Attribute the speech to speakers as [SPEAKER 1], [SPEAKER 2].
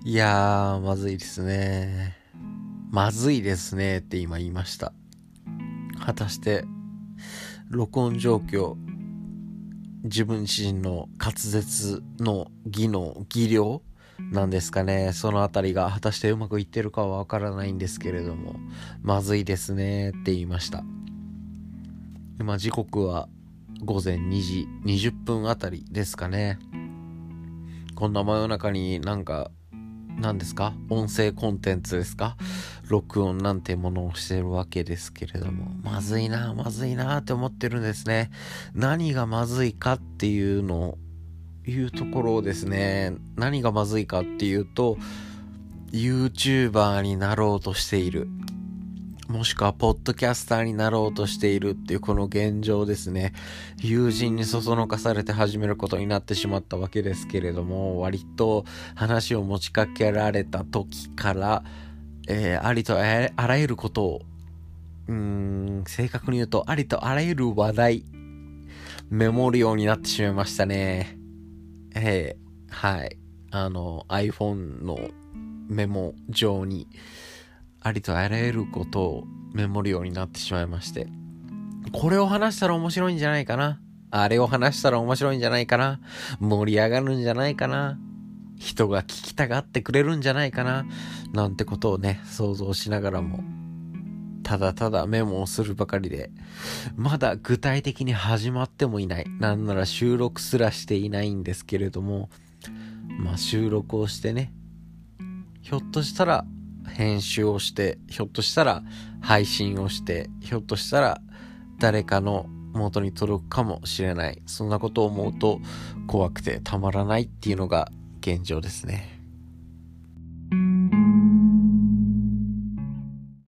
[SPEAKER 1] いやー、まずいですね。まずいですねって今言いました。果たして、録音状況、自分自身の滑舌の技量なんですかね。そのあたりが果たしてうまくいってるかはわからないんですけれども、まずいですねって言いました。今時刻は午前2時20分あたりですかね。こんな真夜中に何ですか、音声コンテンツですか、録音なんてものをしてるわけですけれども、まずいなって思ってるんですね。何がまずいかっていうところをですね、何がまずいかっていうと、YouTuber になろうとしている、もしくはポッドキャスターになろうとしているっていうこの現状ですね。友人にそそのかされて始めることになってしまったわけですけれども、割と話を持ちかけられた時から、ありとあらゆることを、正確に言うとありとあらゆる話題メモるようになってしまいましたね。はい。iPhone のメモ上にありとあらゆることをメモるようになってしまいまして、これを話したら面白いんじゃないかな、あれを話したら面白いんじゃないかな、盛り上がるんじゃないかな、人が聞きたがってくれるんじゃないかな、なんてことをね、想像しながらもただただメモをするばかりで、まだ具体的に始まってもいない、なんなら収録すらしていないんですけれども、収録をしてね、ひょっとしたら編集をして、ひょっとしたら配信をして、ひょっとしたら誰かの元に届くかもしれない、そんなことを思うと怖くてたまらないっていうのが現状ですね。